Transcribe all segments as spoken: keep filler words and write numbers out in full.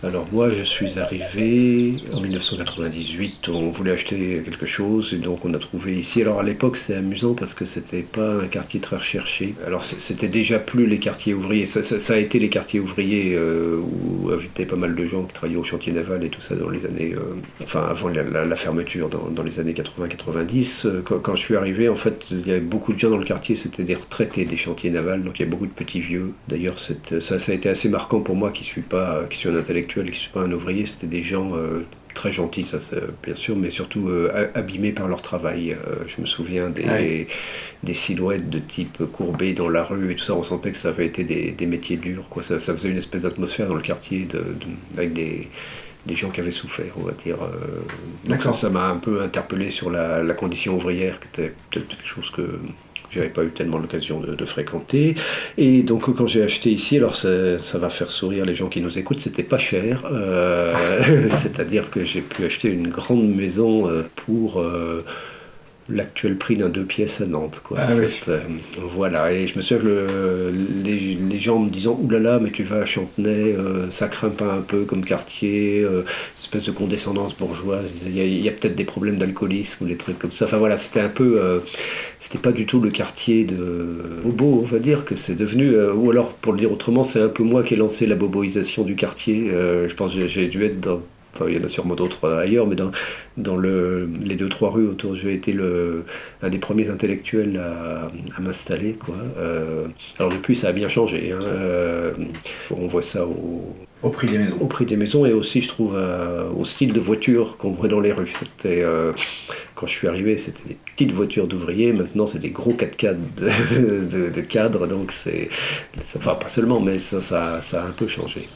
Alors moi, je suis arrivé en mille neuf cent quatre-vingt-dix-huit, on voulait acheter quelque chose et donc on a trouvé ici. Alors à l'époque, c'est amusant parce que c'était pas un quartier très recherché. Alors c'était déjà plus les quartiers ouvriers, ça, ça, ça a été les quartiers ouvriers euh, où habitaient pas mal de gens qui travaillaient au chantier naval et tout ça dans les années, euh, enfin avant la, la, la fermeture dans, dans les années quatre-vingts quatre-vingt-dix. Quand, quand je suis arrivé, en fait, il y avait beaucoup de gens dans le quartier, c'était des retraités des chantiers navals, donc il y a beaucoup de petits vieux. D'ailleurs, ça, ça a été assez marquant pour moi qui suis pas, qui suis un intellectuel, qui ne suis pas un ouvrier, c'était des gens euh, très gentils, ça bien sûr, mais surtout euh, abîmés par leur travail. Euh, je me souviens des, ah oui. des silhouettes de type courbé dans la rue et tout ça, on sentait que ça avait été des, des métiers durs, quoi. Ça, ça faisait une espèce d'atmosphère dans le quartier de, de, avec des, des gens qui avaient souffert, on va dire. Euh, donc ça, ça m'a un peu interpellé sur la, la condition ouvrière, qui était peut-être quelque chose que j'avais pas eu tellement l'occasion de, de fréquenter. Et donc quand j'ai acheté ici, alors ça, ça va faire sourire les gens qui nous écoutent, c'était pas cher. Euh, c'est-à-dire que j'ai pu acheter une grande maison pour euh, l'actuel prix d'un deux pièces à Nantes, quoi. Ah oui. euh, voilà, et je me souviens que le, les, les gens me disant « Oulala, mais tu vas à Chantenay, euh, ça craint pas un peu comme quartier euh, ?» espèce de condescendance bourgeoise, il y a, il y a peut-être des problèmes d'alcoolisme ou des trucs comme ça. Enfin voilà, c'était un peu, euh, c'était pas du tout le quartier de bobo, on va dire que c'est devenu, euh, ou alors pour le dire autrement, c'est un peu moi qui ai lancé la boboisation du quartier. Euh, je pense que j'ai dû être dans, enfin il y en a sûrement d'autres ailleurs, mais dans, dans le, les deux trois rues autour, j'ai été le, un des premiers intellectuels à, à m'installer, quoi. Euh, alors depuis, ça a bien changé, hein. Euh, on voit ça au Au prix des maisons. Au prix des maisons et aussi, je trouve, euh, au style de voiture qu'on voit dans les rues. C'était, euh, quand je suis arrivé, c'était des petites voitures d'ouvriers. Maintenant, c'est des gros quatre-quatre de, de, de cadres. Donc, c'est, c'est, enfin, pas seulement, mais ça, ça, ça a un peu changé.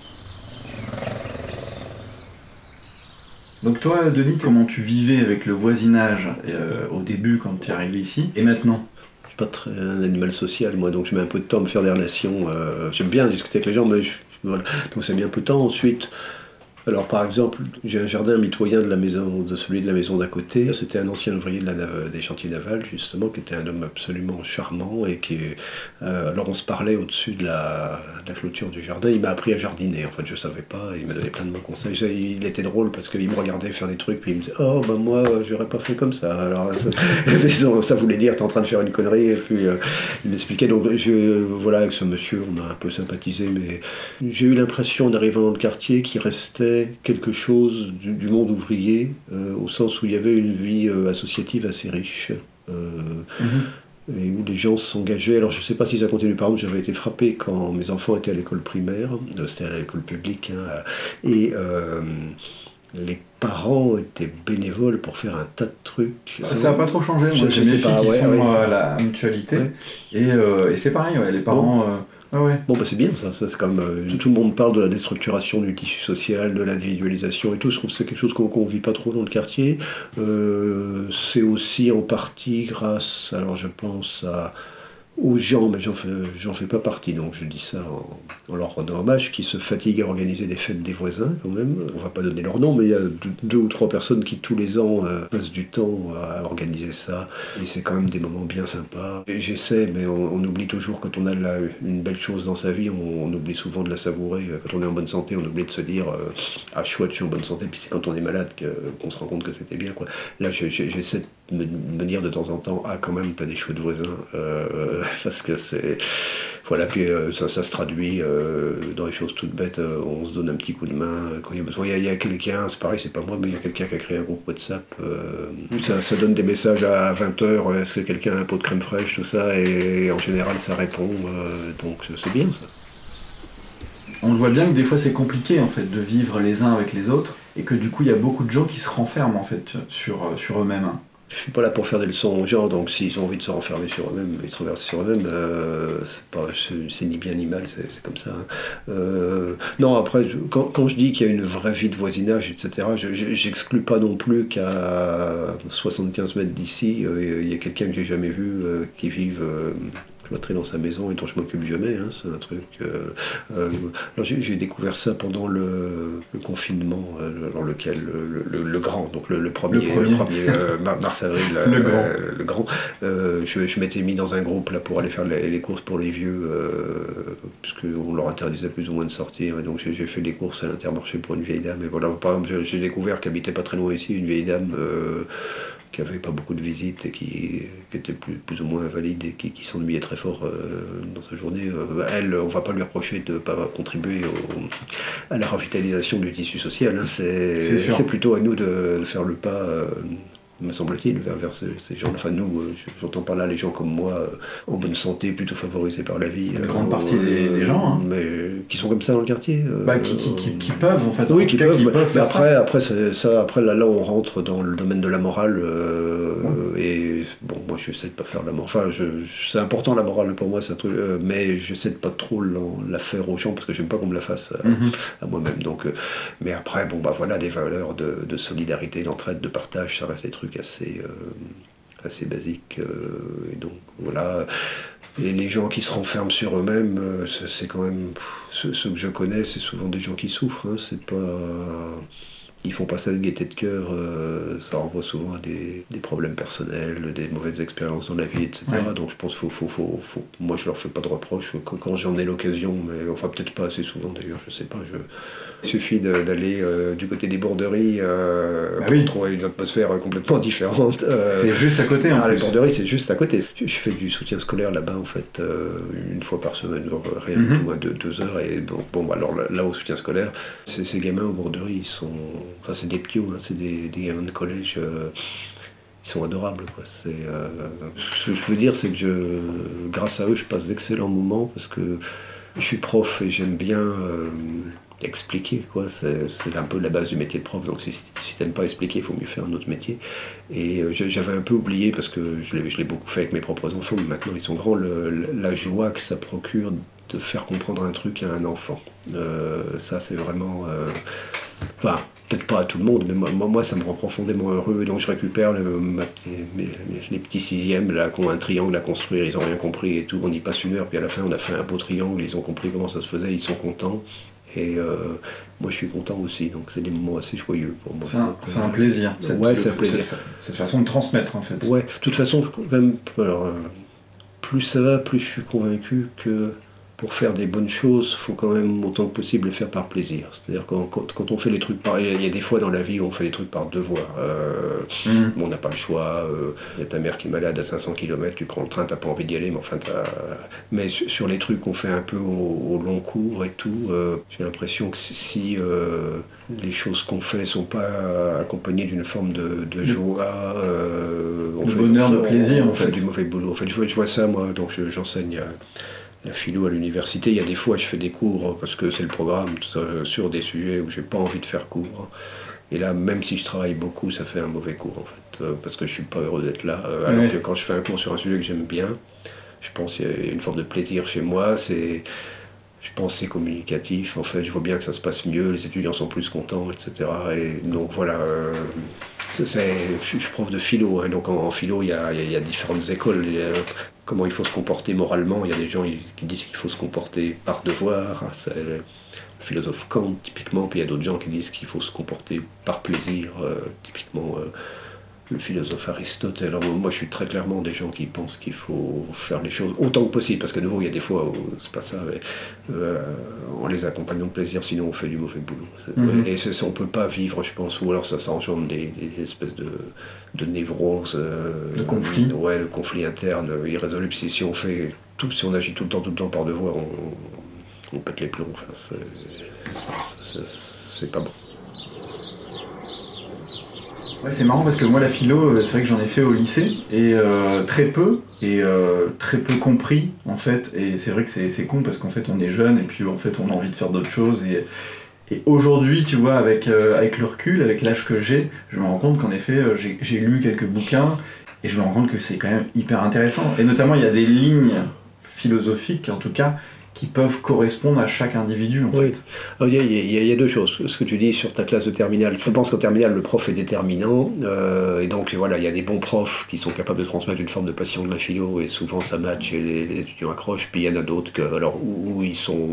Donc toi, Denis, comment tu vivais avec le voisinage euh, au début quand tu es arrivé ici et maintenant ? Je suis pas très un animal social, moi, donc je mets un peu de temps à me faire des relations. Euh, j'aime bien discuter avec les gens, mais je, voilà. Donc ça met un peu de temps. Ensuite, alors par exemple, j'ai un jardin mitoyen de la maison, de celui de la maison d'à côté. C'était un ancien ouvrier de la, des chantiers navals, justement, qui était un homme absolument charmant et qui, euh, alors on se parlait au-dessus de la, de la clôture du jardin. Il m'a appris à jardiner. En fait, je savais pas. Il m'a donné plein de bons conseils. Il était drôle parce qu'il me regardait faire des trucs puis il me disait oh ben moi j'aurais pas fait comme ça. Alors ça, ça voulait dire t'es en train de faire une connerie et puis euh, il m'expliquait. Donc je, voilà, avec ce monsieur, on a un peu sympathisé, mais j'ai eu l'impression d'arriver dans le quartier qui restait quelque chose du, du monde ouvrier, euh, au sens où il y avait une vie euh, associative assez riche, euh, mm-hmm. et où les gens s'engageaient. Alors je ne sais pas si ça continue, par exemple, j'avais été frappé quand mes enfants étaient à l'école primaire, euh, c'était à l'école publique, hein, et euh, les parents étaient bénévoles pour faire un tas de trucs. Ça n'a pas trop changé, moi j'ai mes filles qui ouais, sont ouais. à la mutualité, ouais. et, euh, et c'est pareil, ouais, les parents... Bon. Euh... Ah ouais. Bon bah c'est bien ça, ça c'est comme euh, tout le monde parle de la déstructuration du tissu social, de l'individualisation et tout, je trouve que c'est quelque chose qu'on qu'on vit pas trop dans le quartier. Euh, c'est aussi en partie grâce, alors je pense à aux gens, mais j'en fais, j'en fais pas partie, donc je dis ça en, en leur rendant hommage, qui se fatiguent à organiser des fêtes des voisins quand même. On va pas donner leur nom, mais il y a deux, deux ou trois personnes qui tous les ans euh, passent du temps à organiser ça, et c'est quand même des moments bien sympas. Et j'essaie, mais on, on oublie toujours quand on a la, une belle chose dans sa vie, on, on oublie souvent de la savourer. Quand on est en bonne santé, on oublie de se dire euh, ah chouette, je suis en bonne santé, puis c'est quand on est malade que, qu'on se rend compte que c'était bien, quoi. Là, je, je, j'essaie de me, me dire de temps en temps ah quand même, t'as des chouettes voisins. Euh, parce que c'est voilà, puis euh, ça, ça se traduit euh, dans des choses toutes bêtes, euh, on se donne un petit coup de main quand il y a besoin. Il y a, il y a quelqu'un, c'est pareil, c'est pas moi, mais il y a quelqu'un qui a créé un groupe WhatsApp, euh, ça, ça donne des messages à vingt heures, est-ce que quelqu'un a un pot de crème fraîche, tout ça, et en général ça répond, euh, donc c'est bien ça. On le voit bien que des fois c'est compliqué en fait de vivre les uns avec les autres, et que du coup il y a beaucoup de gens qui se renferment en fait sur, sur eux-mêmes. Je suis pas là pour faire des leçons aux gens, donc s'ils ont envie de se renfermer sur eux-mêmes, ils se renversent sur eux-mêmes, euh, c'est, pas, c'est, c'est ni bien ni mal, c'est, c'est comme ça. Hein. Euh, non, après, je, quand, quand je dis qu'il y a une vraie vie de voisinage, et cetera, je, je, j'exclus pas non plus qu'à soixante-quinze mètres d'ici, euh, il y a quelqu'un que j'ai jamais vu euh, qui vive... Euh, cloîtré dans sa maison et dont je m'occupe jamais. Hein, c'est un truc. Euh, euh, alors j'ai, j'ai découvert ça pendant le, le confinement, euh, dans lequel le, le, le grand, donc le, le premier, le premier. le premier euh, mars-avril, le euh, grand. le grand. Euh, je, je m'étais mis dans un groupe là pour aller faire les, les courses pour les vieux, euh, puisqu'on leur interdisait plus ou moins de sortir. Et donc j'ai, j'ai fait des courses à l'Intermarché pour une vieille dame. Et voilà, par exemple, j'ai, j'ai découvert qu'habitait pas très loin ici une vieille dame. Euh, qui n'avait pas beaucoup de visites et qui, qui était plus, plus ou moins invalide et qui, qui s'ennuyait très fort euh, dans sa journée. Euh, elle, on ne va pas lui reprocher de ne pas contribuer au, à la revitalisation du tissu social. Hein. C'est, c'est, c'est plutôt à nous de, de faire le pas, euh, me semble-t-il, vers, vers ces, ces gens. Enfin, nous, euh, j'entends par là les gens comme moi, euh, en bonne santé, plutôt favorisés par la vie. Une euh, grande partie euh, des, des gens. Hein. Mais qui sont comme ça dans le quartier. Euh, bah, qui, qui, qui, qui peuvent, en fait. Oui, en qui, cas, peuvent, qui mais, peuvent mais faire après, ça. après, c'est, ça, après là, là, on rentre dans le domaine de la morale. Euh, ouais. Et bon, moi, j'essaie de pas faire la morale. Enfin, je, c'est important la morale pour moi, c'est un truc, euh, mais j'essaie de pas trop la faire aux gens parce que j'aime pas qu'on me la fasse à, mm-hmm. à moi-même. Donc, euh, mais après, bon, bah voilà, des valeurs de, de solidarité, d'entraide, de partage, ça reste des trucs assez. Euh, assez basique euh, et donc voilà et les gens qui se renferment sur eux-mêmes euh, c'est, c'est quand même ceux, ceux que je connais c'est souvent des gens qui souffrent hein, c'est pas ils font pas ça de gaieté de cœur euh, ça renvoie souvent à des, des problèmes personnels des mauvaises expériences dans la vie etc ouais. Donc je pense faut, faut, faut, faut moi je leur fais pas de reproches quand, quand j'en ai l'occasion mais enfin peut-être pas assez souvent d'ailleurs je sais pas je Il suffit de, d'aller euh, du côté des Borderies euh, bah pour oui. trouver une atmosphère complètement différente. Euh, c'est juste à côté. Ah, les Borderies, c'est juste à côté. Je, je fais du soutien scolaire là-bas, en fait, euh, une fois par semaine, rien mm-hmm. moins de deux heures. Et bon, bon alors là, là, au soutien scolaire, c'est, ces gamins aux Borderies, ils sont. Enfin, c'est des piots, hein, c'est des, des gamins de collège. Euh, Ils sont adorables. Quoi. C'est, euh, ce que je veux dire, c'est que je, grâce à eux, je passe d'excellents moments parce que je suis prof et j'aime bien. Euh, expliquer quoi c'est, c'est un peu la base du métier de prof donc si, si t'aimes pas expliquer il faut mieux faire un autre métier et euh, j'avais un peu oublié parce que je l'ai, je l'ai beaucoup fait avec mes propres enfants mais maintenant ils sont grands le, la joie que ça procure de faire comprendre un truc à un enfant euh, ça c'est vraiment euh, enfin peut-être pas à tout le monde mais moi, moi ça me rend profondément heureux et donc je récupère le, ma, mes, les petits sixièmes là qui ont un triangle à construire ils ont rien compris et tout on y passe une heure puis à la fin on a fait un beau triangle ils ont compris comment ça se faisait ils sont contents. Et euh, moi je suis content aussi, donc c'est des moments assez joyeux pour moi. C'est un, c'est un plaisir. Cette, ouais, c'est un plaisir. Cette, cette façon de transmettre en fait. Ouais, de toute façon, même, alors, euh, plus ça va, plus je suis convaincu que pour faire des bonnes choses, il faut quand même autant que possible les faire par plaisir. C'est-à-dire quand, quand, quand on fait les trucs par... Il y a des fois dans la vie où on fait des trucs par devoir. Euh, mmh. Bon, on n'a pas le choix. Il euh, y a ta mère qui est malade à cinq cents kilomètres, tu prends le train, t'as pas envie d'y aller, mais enfin t'as... Mais sur, sur les trucs qu'on fait un peu au, au long cours et tout, euh, j'ai l'impression que si euh, les choses qu'on fait sont pas accompagnées d'une forme de, de joie... Euh, on de fait, bonheur, on, de plaisir, on, on en fait. fait du mauvais boulot. En fait, je vois, je vois ça, moi, donc je, j'enseigne... À, la philo à l'université, il y a des fois je fais des cours parce que c'est le programme sur des sujets où j'ai pas envie de faire cours. Et là, même si je travaille beaucoup, ça fait un mauvais cours en fait, parce que je suis pas heureux d'être là. Alors ouais. que quand je fais un cours sur un sujet que j'aime bien, je pense qu'il y a une forme de plaisir chez moi. C'est, je pense que c'est communicatif. En fait, je vois bien que ça se passe mieux, les étudiants sont plus contents, et cetera. Et donc voilà. Euh, c'est, c'est, je suis prof de philo, hein, donc en, en philo il y a, il y a différentes écoles. Il y a, comment il faut se comporter moralement. Il y a des gens qui disent qu'il faut se comporter par devoir. C'est le philosophe Kant, typiquement. Puis il y a d'autres gens qui disent qu'il faut se comporter par plaisir, euh, typiquement euh, le philosophe Aristote. Alors moi, je suis très clairement des gens qui pensent qu'il faut faire les choses autant que possible. Parce que de nouveau, il y a des fois où c'est pas ça. Mais, euh, en les accompagnant de plaisir, sinon on fait du mauvais boulot. Mm-hmm. Et c'est, on peut pas vivre, je pense, ou alors ça, ça engendre des, des espèces de... de névrose, euh, de conflit, ouais, de conflit interne irrésolu. Si, si on fait tout, si on agit tout le temps, tout le temps par devoir, on, on pète les plombs. Enfin, c'est, c'est, c'est, c'est pas bon. Ouais, c'est marrant parce que moi la philo, c'est vrai que j'en ai fait au lycée et euh, très peu et euh, très peu compris en fait. Et c'est vrai que c'est, c'est con parce qu'en fait on est jeune et puis en fait on a envie de faire d'autres choses et Et aujourd'hui, tu vois, avec, euh, avec le recul, avec l'âge que j'ai, je me rends compte qu'en effet, euh, j'ai, j'ai lu quelques bouquins et je me rends compte que c'est quand même hyper intéressant. Et notamment, il y a des lignes philosophiques, en tout cas, qui peuvent correspondre à chaque individu en oui. fait. Il y, a, il, y a, il y a deux choses. Ce que tu dis sur ta classe de terminale, je pense qu'en terminale, le prof est déterminant. Euh, et donc voilà, il y a des bons profs qui sont capables de transmettre une forme de passion de la philo, et souvent ça match et les, les étudiants accrochent. Puis il y en a d'autres que, alors, où, où ils sont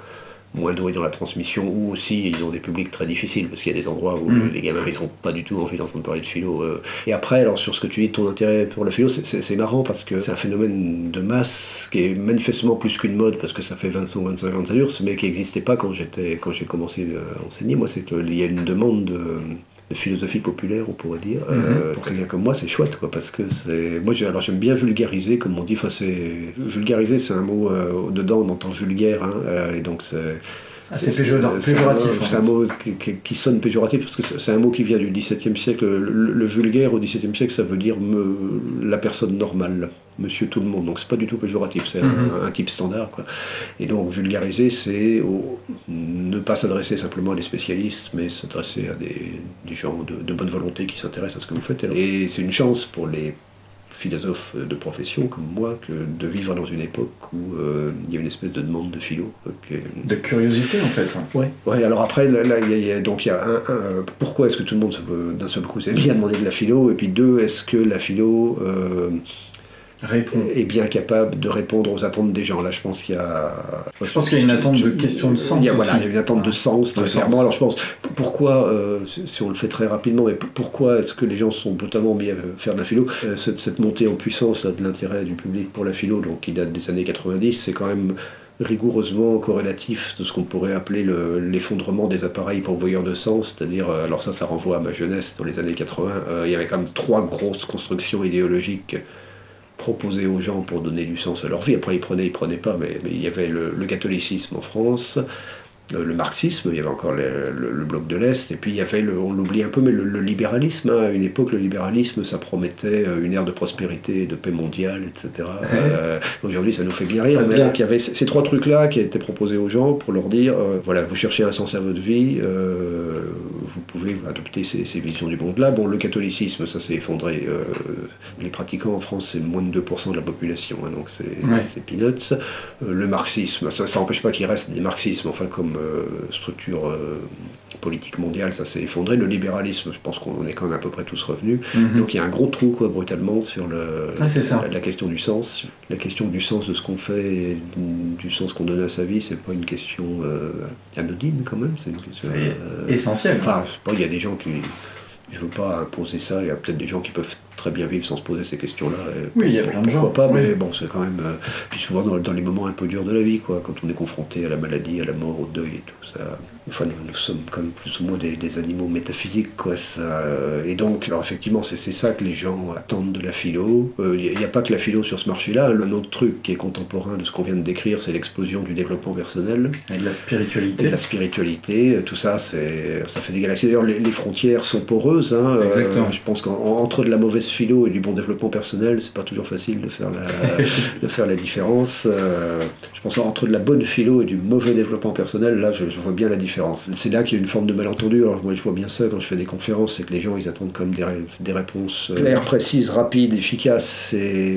moins doués dans la transmission, ou aussi ils ont des publics très difficiles, parce qu'il y a des endroits où mmh. les gamins ils n'ont pas du tout envie d'entendre parler de philo. Euh. Et après, alors sur ce que tu dis, ton intérêt pour la philo, c'est, c'est, c'est marrant, parce que c'est un phénomène de masse qui est manifestement plus qu'une mode, parce que ça fait vingt ou vingt-cinq ans de ça dure, mais qui n'existait pas quand, j'étais, quand j'ai commencé à enseigner. Moi, c'est qu'il y a une demande de... de philosophie populaire, on pourrait dire. Mmh, euh, pour quelqu'un comme moi, c'est chouette, quoi, parce que c'est... Moi, j'ai... alors j'aime bien vulgariser, comme on dit. Enfin, c'est... Vulgariser, c'est un mot, euh, dedans, on entend vulgaire, hein, euh, et donc c'est... Ah, c'est, c'est péjoratif. C'est un, c'est un mot qui, qui, qui sonne péjoratif, parce que c'est un mot qui vient du dix-septième siècle. Le, le vulgaire, au dix-septième siècle, ça veut dire me, la personne normale, monsieur tout le monde. Donc c'est pas du tout péjoratif, c'est mm-hmm. un, un type standard, quoi. Et donc vulgariser, c'est au, ne pas s'adresser simplement à des spécialistes, mais s'adresser à des, des gens de, de bonne volonté qui s'intéressent à ce que vous faites. Et c'est une chance pour les philosophe de profession comme moi que de vivre dans une époque où euh, il y a une espèce de demande de philo. Euh, de curiosité en fait. Ouais, ouais. Alors après, là, là il y a, donc il y a un, un euh, pourquoi est-ce que tout le monde se veut, d'un seul coup s'est bien demandé de la philo, et puis deux, est-ce que la philo euh, Répond. est bien capable de répondre aux attentes des gens. Là, je pense qu'il y a... Je pense qu'il y a une attente de question de sens il y a, aussi. Voilà, il y a une attente de sens, très clairement. Alors je pense, pourquoi, euh, si on le fait très rapidement, mais pourquoi est-ce que les gens sont totalement mis à faire de la philo, euh, cette, cette montée en puissance là, de l'intérêt du public pour la philo, donc qui date des années quatre-vingt-dix, c'est quand même rigoureusement corrélatif de ce qu'on pourrait appeler le, l'effondrement des appareils pourvoyeurs de sens, c'est-à-dire, euh, alors ça, ça renvoie à ma jeunesse, dans les années quatre-vingts, euh, il y avait quand même trois grosses constructions idéologiques proposés aux gens pour donner du sens à leur vie. Après, ils prenaient, ils prenaient pas, mais, mais il y avait le, le catholicisme en France, euh, le marxisme, il y avait encore le, le, le bloc de l'Est, et puis il y avait, le, on l'oublie un peu, mais le, le libéralisme. Hein. À une époque, le libéralisme, ça promettait une ère de prospérité, de paix mondiale, et cetera. Mmh. Euh, aujourd'hui, ça nous fait bien rire. Mais donc, il y avait ces trois trucs-là qui étaient proposés aux gens pour leur dire, euh, voilà, vous cherchez un sens à votre vie, euh, vous pouvez adopter ces, ces visions du monde-là. Bon, le catholicisme, ça s'est effondré. Euh, les pratiquants en France, c'est moins de deux pour cent de la population, hein, donc c'est, ouais. c'est peanuts. Euh, le marxisme, ça n'empêche pas qu'il reste des marxismes, enfin, comme euh, structure euh, politique mondiale, ça s'est effondré. Le libéralisme, je pense qu'on est quand même à peu près tous revenus. Mm-hmm. Donc il y a un gros trou, quoi, brutalement, sur le, ah, c'est ça. La, la question du sens. La question du sens de ce qu'on fait, et du, du sens qu'on donne à sa vie, c'est pas une question euh, anodine, quand même. C'est une question... C'est euh, essentiel. Enfin, il y a des gens qui... Je veux pas imposer ça, il y a peut-être des gens qui peuvent très bien vivre sans se poser ces questions-là. Oui, il y a plein de gens. Pourquoi pas, oui. mais bon, c'est quand même... Euh, puis souvent dans, dans les moments un peu durs de la vie, quoi, quand on est confronté à la maladie, à la mort, au deuil et tout ça. Enfin, nous, nous sommes quand même plus ou moins des, des animaux métaphysiques, quoi. Ça, euh, et donc, alors effectivement, c'est, c'est ça que les gens attendent de la philo. Il euh, n'y a, a pas que la philo sur ce marché-là. Un autre truc qui est contemporain de ce qu'on vient de décrire, c'est l'explosion du développement personnel. Et de la spiritualité. Et de la spiritualité. Tout ça, c'est, ça fait des galaxies. D'ailleurs, les, les frontières sont poreuses. Hein. Exactement. Euh, je pense qu'entre de la mauvaise philo et du bon développement personnel, c'est pas toujours facile de faire la, de faire la différence. Euh, je pense qu'entre de la bonne philo et du mauvais développement personnel, là, je, je vois bien la différence. C'est là qu'il y a une forme de malentendu. Alors moi, je vois bien ça quand je fais des conférences, c'est que les gens, ils attendent quand même des, ré, des réponses claires, précises, rapides, efficaces,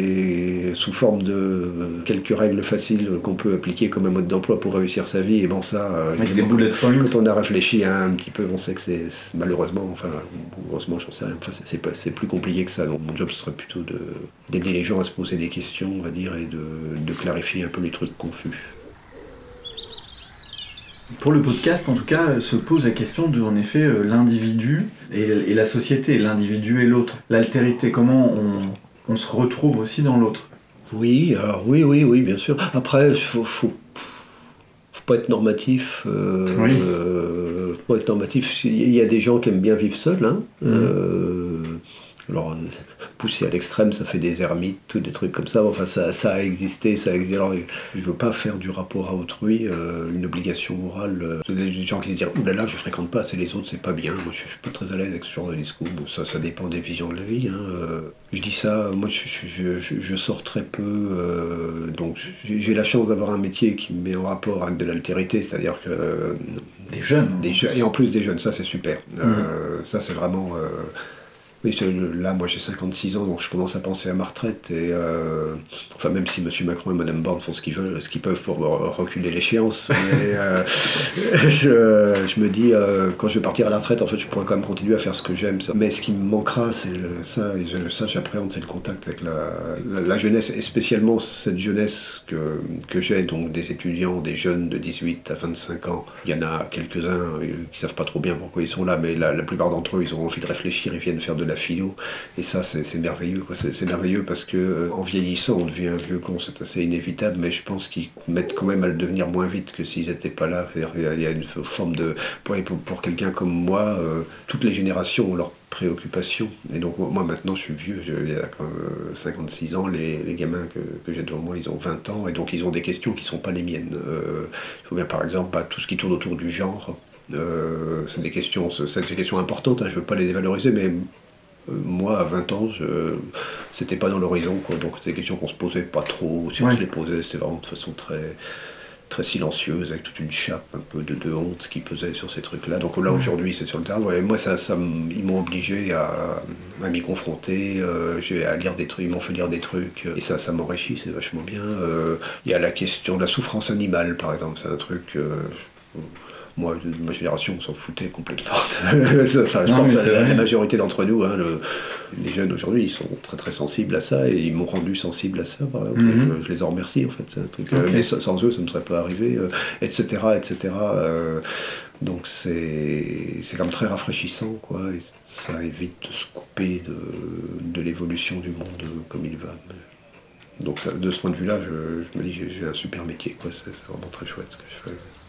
et sous forme de quelques règles faciles qu'on peut appliquer comme un mode d'emploi pour réussir sa vie. Et bon, ça, avec des bullet points. Quand on a réfléchi un, un petit peu, on sait que c'est, c'est malheureusement, enfin, heureusement, j'en sais rien, enfin, c'est, c'est, pas, c'est plus compliqué que ça. Donc mon job, ce serait plutôt de, d'aider les gens à se poser des questions, on va dire, et de, de clarifier un peu les trucs confus. Pour le podcast, en tout cas, se pose la question de, en effet, l'individu et, et la société, l'individu et l'autre. L'altérité, comment on, on se retrouve aussi dans l'autre. Oui, alors oui, oui, oui, bien sûr. Après, il faut, faut, faut pas être normatif. Euh, oui. Euh, faut pas être normatif. Il y a des gens qui aiment bien vivre seuls, hein. Mmh. Euh, alors, poussé à l'extrême, ça fait des ermites, tout des trucs comme ça. Enfin, ça, ça a existé, ça a existé. Alors, je veux pas faire du rapport à autrui euh, une obligation morale. Euh, des gens qui se disent « Ouh là là, je fréquente pas assez les autres, c'est pas bien. » Moi, je suis pas très à l'aise avec ce genre de discours. Bon, ça, ça dépend des visions de la vie. Hein. Euh, je dis ça, moi, je, je, je, je sors très peu. Euh, donc, j'ai, j'ai la chance d'avoir un métier qui me met en rapport avec de l'altérité, c'est-à-dire que... Euh, des jeunes. Des jeunes, et en plus des jeunes, ça, c'est super. Mmh. Euh, ça, c'est vraiment... Euh, Oui, là, moi j'ai cinquante-six ans, donc je commence à penser à ma retraite. Et euh, enfin, même si M. Macron et Mme Borne font ce qu'ils veulent, ce qu'ils peuvent pour reculer l'échéance, mais euh, je, je me dis, euh, quand je vais partir à la retraite, en fait, je pourrais quand même continuer à faire ce que j'aime. Mais ce qui me manquera, c'est le- ça, et je- ça j'appréhende, c'est le contact avec la, la, la jeunesse, et spécialement cette jeunesse que, que j'ai, donc des étudiants, des jeunes de dix-huit à vingt-cinq ans. Il y en a quelques-uns euh, qui savent pas trop bien pourquoi ils sont là, mais la, la plupart d'entre eux, ils ont envie de réfléchir, ils viennent faire de la philo, et ça c'est c'est merveilleux, quoi. C'est c'est merveilleux parce que euh, en vieillissant on devient un vieux con, c'est assez inévitable, mais je pense qu'ils mettent quand même à le devenir moins vite que s'ils n'étaient pas là. C'est-à-dire qu'il y a- il y a une forme de... Pour, pour, pour quelqu'un comme moi, euh, toutes les générations ont leurs préoccupations, et donc moi maintenant je suis vieux, j'ai euh, cinquante-six ans, les, les gamins que, que j'ai devant moi ils ont vingt ans, et donc ils ont des questions qui ne sont pas les miennes. Euh, je vois bien par exemple bah, tout ce qui tourne autour du genre. Euh, c'est des questions, c'est des questions importantes, hein, je ne veux pas les dévaloriser, mais euh, moi, à vingt ans, je... c'était pas dans l'horizon, quoi. Donc, c'était des questions qu'on se posait pas trop. Si on Ouais. se les posait, c'était vraiment de façon très, très silencieuse, avec toute une chape un peu de, de honte qui pesait sur ces trucs-là. Donc là, Ouais. aujourd'hui, c'est sur le terrain. Ouais, moi, ça, ça, m- ils m'ont obligé à, à m'y confronter, euh, j'ai à lire des trucs, ils m'ont fait lire des trucs, et ça, ça m'enrichit, c'est vachement bien. Euh, Il y a la question de la souffrance animale, par exemple, c'est un truc. euh, moi, de ma génération, on s'en foutait complètement. Enfin, je Non, pense mais que c'est la, la vrai. majorité d'entre nous, hein, le- les jeunes aujourd'hui, ils sont très très sensibles à ça, et ils m'ont rendu sensible à ça, par exemple. Et Mhm. je, je les en remercie, en fait. C'est un truc, euh, Ok. mais sans, sans eux, ça ne me serait pas arrivé, euh, et cetera, et cetera. Euh, donc c'est c'est quand même très rafraîchissant, quoi. Et ça évite de se couper de, de l'évolution du monde euh, comme il va. Donc de ce point de vue-là, je, je me dis j'ai j'ai un super métier, quoi. C'est c'est vraiment très chouette ce que je fais.